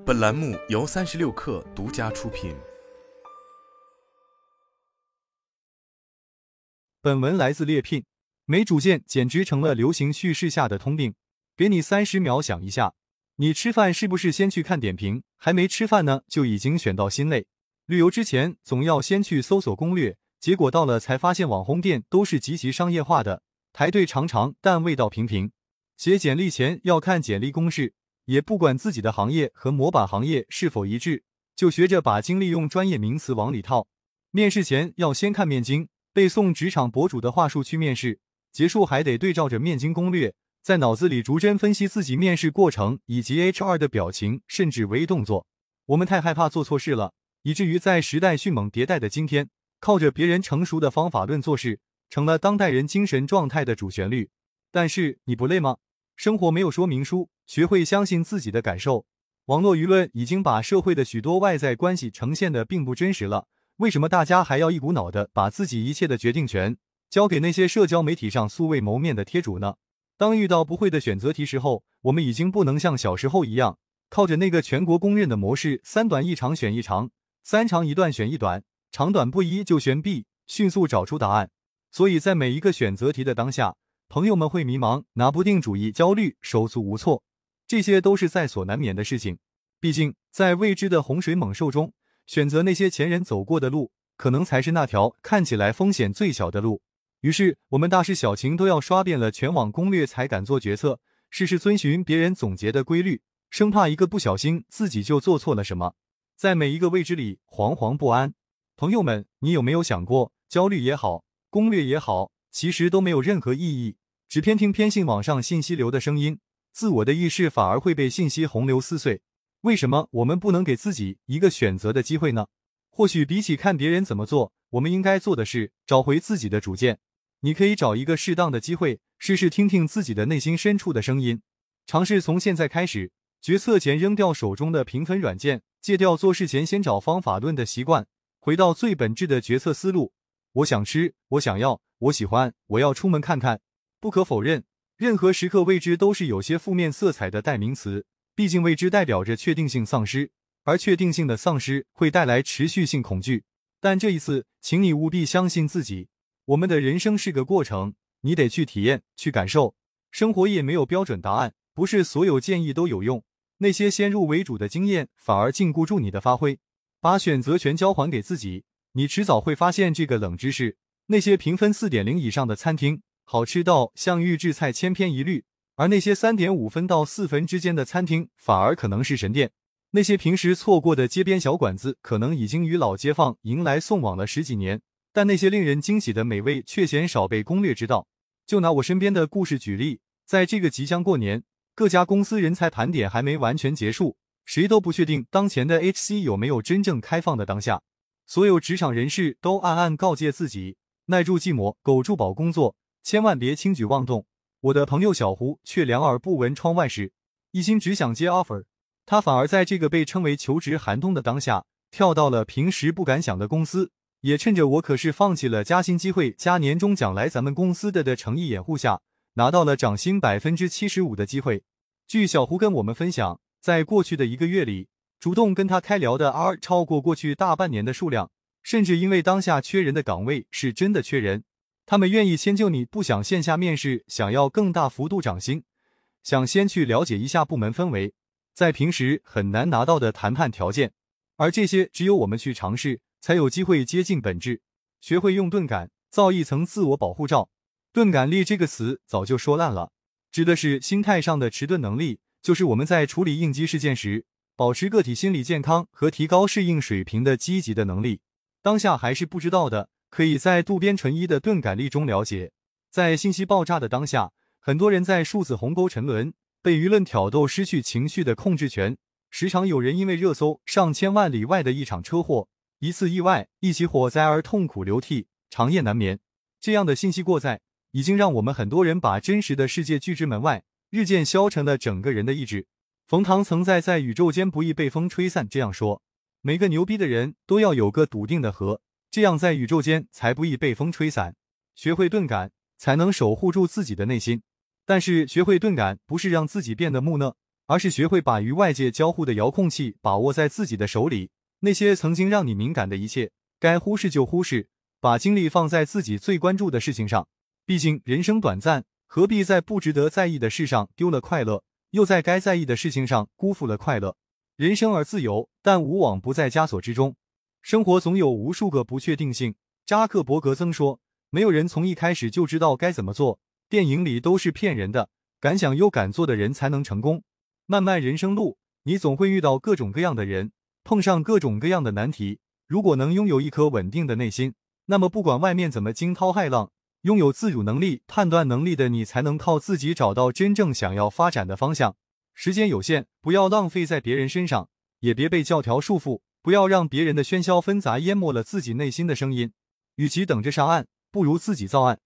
本栏目由36氪独家出品。 本文来自猎聘。没主见简直成了流行叙事下的通病。给你30秒想一下，你吃饭是不是先去看点评，还没吃饭呢就已经选到心累？旅游之前总要先去搜索攻略，结果到了才发现网红店都是极其商业化的，排队长长但味道平平。写简历前要看简历公式，也不管自己的行业和模板行业是否一致，就学着把精力用专业名词往里套。面试前要先看面经，背诵职场博主的话术去面试，结束还得对照着面经攻略，在脑子里逐帧分析自己面试过程以及 HR 的表情甚至微动作。我们太害怕做错事了，以至于在时代迅猛迭代的今天，靠着别人成熟的方法论做事，成了当代人精神状态的主旋律。但是你不累吗？生活没有说明书，学会相信自己的感受。网络舆论已经把社会的许多外在关系呈现的并不真实了，为什么大家还要一股脑的把自己一切的决定权交给那些社交媒体上素未谋面的贴主呢？当遇到不会的选择题时候，我们已经不能像小时候一样，靠着那个全国公认的模式3短1长选1长，3长1短选1短，长短不一就选 B， 迅速找出答案。所以在每一个选择题的当下，朋友们会迷茫，拿不定主意，焦虑，手足无措，这些都是在所难免的事情。毕竟在未知的洪水猛兽中，选择那些前人走过的路，可能才是那条看起来风险最小的路。于是我们大事小情都要刷遍了全网攻略才敢做决策，事事遵循别人总结的规律，生怕一个不小心自己就做错了什么，在每一个未知里惶惶不安。朋友们，你有没有想过，焦虑也好，攻略也好，其实都没有任何意义，只偏听偏信网上信息流的声音，自我的意识反而会被信息洪流撕碎。为什么我们不能给自己一个选择的机会呢？或许比起看别人怎么做，我们应该做的是找回自己的主见。你可以找一个适当的机会，试试听听自己的内心深处的声音，尝试从现在开始，决策前扔掉手中的评分软件，戒掉做事前先找方法论的习惯，回到最本质的决策思路。我想吃，我想要，我喜欢，我要出门看看。不可否认，任何时刻未知都是有些负面色彩的代名词，毕竟未知代表着确定性丧失，而确定性的丧失会带来持续性恐惧。但这一次，请你务必相信自己，我们的人生是个过程，你得去体验，去感受。生活也没有标准答案，不是所有建议都有用，那些先入为主的经验反而禁锢住你的发挥。把选择权交还给自己，你迟早会发现这个冷知识，那些评分 4.0 以上的餐厅，好吃到像预制菜千篇一律，而那些 3.5 分到4分之间的餐厅反而可能是神店。那些平时错过的街边小馆子，可能已经与老街坊迎来送往了10几年，但那些令人惊喜的美味却鲜少被攻略知道。就拿我身边的故事举例，在这个即将过年，各家公司人才盘点还没完全结束，谁都不确定当前的 HC 有没有真正开放的当下，所有职场人士都暗暗告诫自己，耐住寂寞，苟住饱工作，千万别轻举妄动。我的朋友小胡却两耳不闻窗外事，一心只想接 offer， 他反而在这个被称为求职寒冬的当下，跳到了平时不敢想的公司，也趁着我可是放弃了加薪机会加年终奖来咱们公司的诚意掩护下，拿到了涨薪 75% 的机会。据小胡跟我们分享，在过去的1个月里，主动跟他开聊的 R 超过过去大半年的数量，甚至因为当下缺人的岗位是真的缺人，他们愿意迁就你不想线下面试，想要更大幅度涨薪，想先去了解一下部门氛围，在平时很难拿到的谈判条件，而这些只有我们去尝试，才有机会接近本质。学会用钝感，造一层自我保护罩。钝感力这个词早就说烂了，指的是心态上的迟钝能力，就是我们在处理应激事件时，保持个体心理健康和提高适应水平的积极的能力。当下还是不知道的，可以在渡边淳一的钝感力中了解。在信息爆炸的当下，很多人在数字鸿沟沉沦，被舆论挑逗，失去情绪的控制权。时常有人因为热搜上千万里外的一场车祸、一次意外、一起火灾而痛苦流涕，长夜难眠。这样的信息过载，已经让我们很多人把真实的世界拒之门外，日渐消沉了整个人的意志。冯唐曾在宇宙间不易被风吹散这样说，每个牛逼的人都要有个笃定的核，这样在宇宙间才不易被风吹散。学会钝感，才能守护住自己的内心。但是学会钝感不是让自己变得木讷， 而是学会把与外界交互的遥控器把握在自己的手里。那些曾经让你敏感的一切，该忽视就忽视，把精力放在自己最关注的事情上。毕竟人生短暂，何必在不值得在意的事上丢了快乐，又在该在意的事情上辜负了快乐？人生而自由，但无往不在枷锁之中。生活总有无数个不确定性。扎克伯格曾说，没有人从一开始就知道该怎么做，电影里都是骗人的，敢想又敢做的人才能成功。漫漫人生路，你总会遇到各种各样的人，碰上各种各样的难题。如果能拥有一颗稳定的内心，那么不管外面怎么惊涛骇浪，拥有自主能力、判断能力的你才能靠自己找到真正想要发展的方向。时间有限，不要浪费在别人身上，也别被教条束缚，不要让别人的喧嚣纷杂淹没了自己内心的声音。与其等着上岸，不如自己造岸。